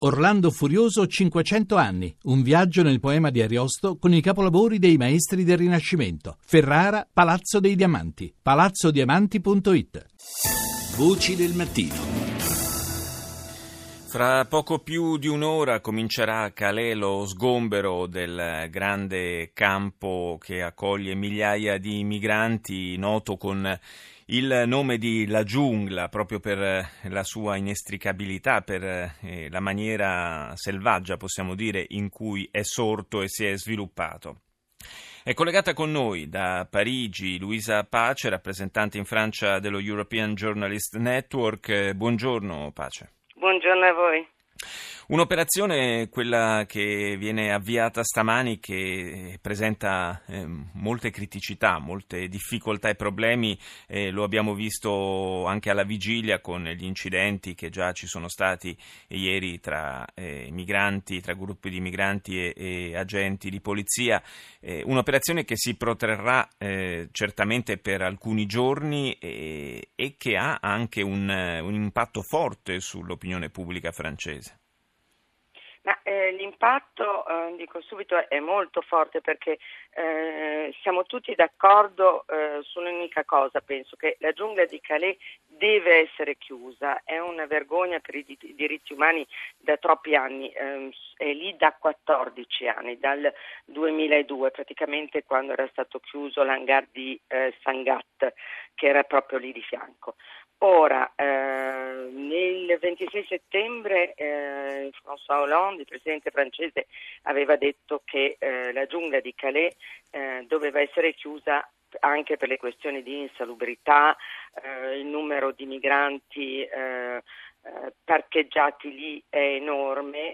Orlando Furioso 500 anni, un viaggio nel poema di Ariosto con i capolavori dei maestri del Rinascimento. Ferrara, Palazzo dei Diamanti, palazzodiamanti.it. Voci del mattino. Fra poco più di un'ora comincerà a Calais lo sgombero del grande campo che accoglie migliaia di migranti, noto con il nome di La Giungla, proprio per la sua inestricabilità, per la maniera selvaggia, possiamo dire, in cui è sorto e si è sviluppato. È collegata con noi da Parigi Luisa Pace, rappresentante in Francia dello European Journalist Network. Buongiorno Pace. Buongiorno a voi. Un'operazione, quella che viene avviata stamani, che presenta molte criticità, molte difficoltà e problemi, lo abbiamo visto anche alla vigilia con gli incidenti che già ci sono stati ieri tra migranti, tra gruppi di migranti e agenti di polizia, un'operazione che si protrarrà certamente per alcuni giorni e che ha anche un impatto forte sull'opinione pubblica francese. Ma l'impatto, dico subito, è molto forte perché siamo tutti d'accordo sull'unica cosa. Penso che la giungla di Calais deve essere chiusa, è una vergogna per i diritti umani da troppi anni, è lì da 14 anni, dal 2002 praticamente, quando era stato chiuso l'hangar di Sangatte, che era proprio lì di fianco. Ora, nel 26 settembre François Hollande, il presidente francese, aveva detto che la giungla di Calais doveva essere chiusa anche per le questioni di insalubrità, il numero di migranti parcheggiati lì è enorme,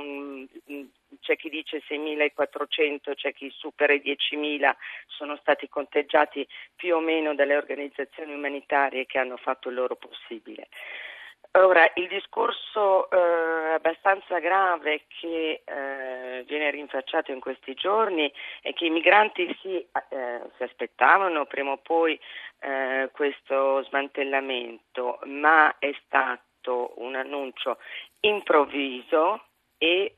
c'è chi dice 6.400, c'è chi supera i 10.000, sono stati conteggiati più o meno dalle organizzazioni umanitarie che hanno fatto il loro possibile. Ora, il discorso abbastanza grave che viene rinfacciato in questi giorni è che i migranti si aspettavano prima o poi questo smantellamento, ma è stato un annuncio improvviso e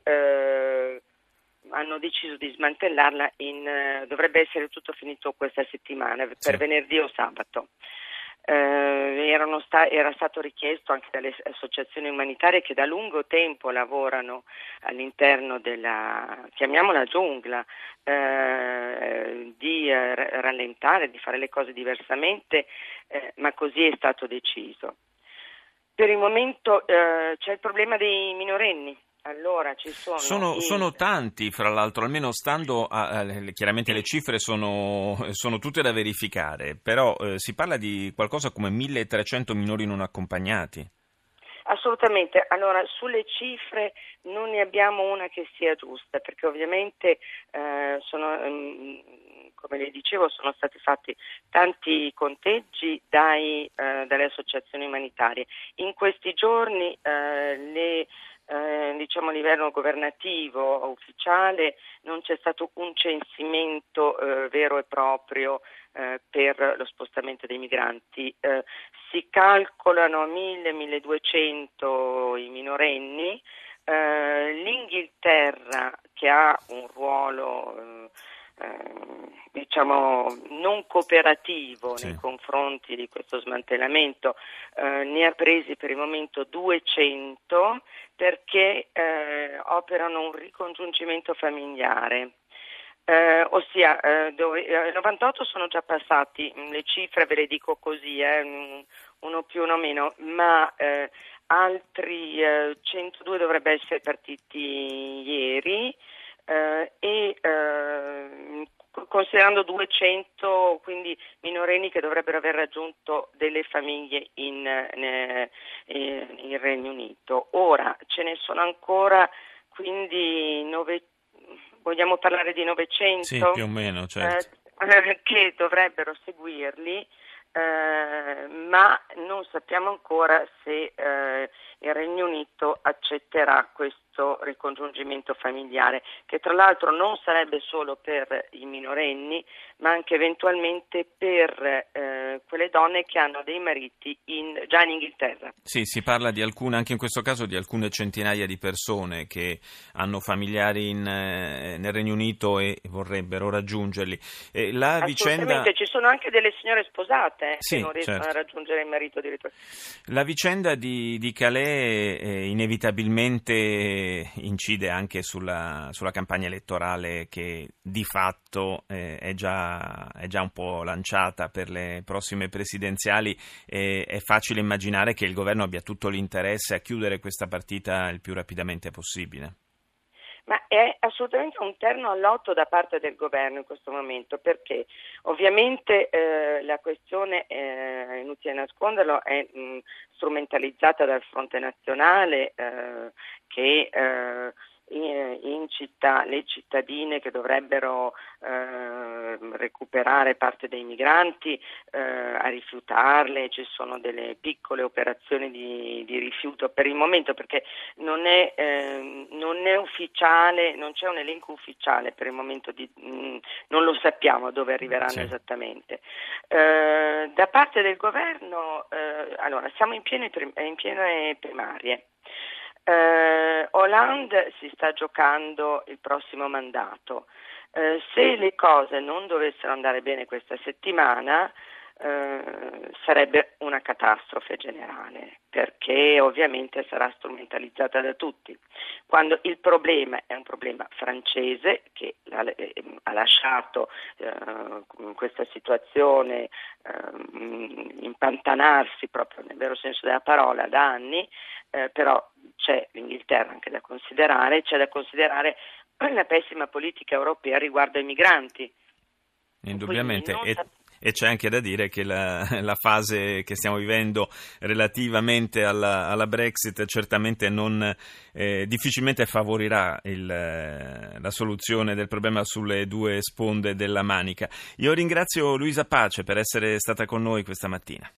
hanno deciso di smantellarla dovrebbe essere tutto finito questa settimana, per venerdì o sabato. Era stato richiesto anche dalle associazioni umanitarie che da lungo tempo lavorano all'interno della, chiamiamola giungla, di rallentare, di fare le cose diversamente, ma così è stato deciso. Per il momento c'è il problema dei minorenni. Allora ci sono tanti, fra l'altro, almeno stando chiaramente le cifre sono tutte da verificare, però si parla di qualcosa come 1.300 minori non accompagnati. Assolutamente, allora sulle cifre non ne abbiamo una che sia giusta, perché ovviamente come le dicevo, sono stati fatti tanti conteggi dalle associazioni umanitarie. In questi giorni diciamo a livello governativo ufficiale non c'è stato un censimento vero e proprio per lo spostamento dei migranti. Si calcolano 1.000-1.200 i minorenni. L'Inghilterra, che ha un ruolo diciamo non cooperativo nei confronti di questo smantellamento, ne ha presi per il momento 200 perché operano un ricongiungimento familiare. Ossia 98 sono già passati, le cifre ve le dico così, uno più uno meno, ma altri 102 dovrebbero essere partiti ieri e considerando 200 quindi minorenni che dovrebbero aver raggiunto delle famiglie in Regno Unito. Ora ce ne sono ancora, quindi vogliamo parlare di 900? Sì, più o meno, certo. Che dovrebbero seguirli, ma non sappiamo ancora se il Regno Unito accetterà questo ricongiungimento familiare, che tra l'altro non sarebbe solo per i minorenni, ma anche eventualmente per quelle donne che hanno dei mariti già in Inghilterra. Sì, si parla di alcune, anche in questo caso, di alcune centinaia di persone che hanno familiari nel Regno Unito e vorrebbero raggiungerli. Assolutamente, ci sono anche delle signore sposate sì, che non riescono certo. a raggiungere il marito addirittura. La vicenda di Calais inevitabilmente incide anche sulla campagna elettorale che di fatto è già un po' lanciata per le prossime presidenziali. È facile immaginare che il governo abbia tutto l'interesse a chiudere questa partita il più rapidamente possibile. Ma è assolutamente un terno al lotto da parte del governo in questo momento, perché ovviamente la questione, è inutile nasconderlo, è strumentalizzata dal Fronte Nazionale che incita le cittadine che dovrebbero recuperare parte dei migranti a rifiutarle. Ci sono delle piccole operazioni di rifiuto per il momento, perché non è ufficiale, non c'è un elenco ufficiale per il momento, non lo sappiamo dove arriveranno esattamente. Da parte del governo, allora siamo in piene primarie. Hollande si sta giocando il prossimo mandato. Se le cose non dovessero andare bene questa settimana, sarebbe una catastrofe generale, perché ovviamente sarà strumentalizzata da tutti. Quando il problema è un problema francese che ha lasciato questa situazione impantanarsi proprio nel vero senso della parola da anni, però c'è l'Inghilterra anche da considerare, c'è da considerare la pessima politica europea riguardo ai migranti. Indubbiamente, e c'è anche da dire che la fase che stiamo vivendo relativamente alla Brexit certamente difficilmente favorirà la soluzione del problema sulle due sponde della Manica. Io ringrazio Luisa Pace per essere stata con noi questa mattina.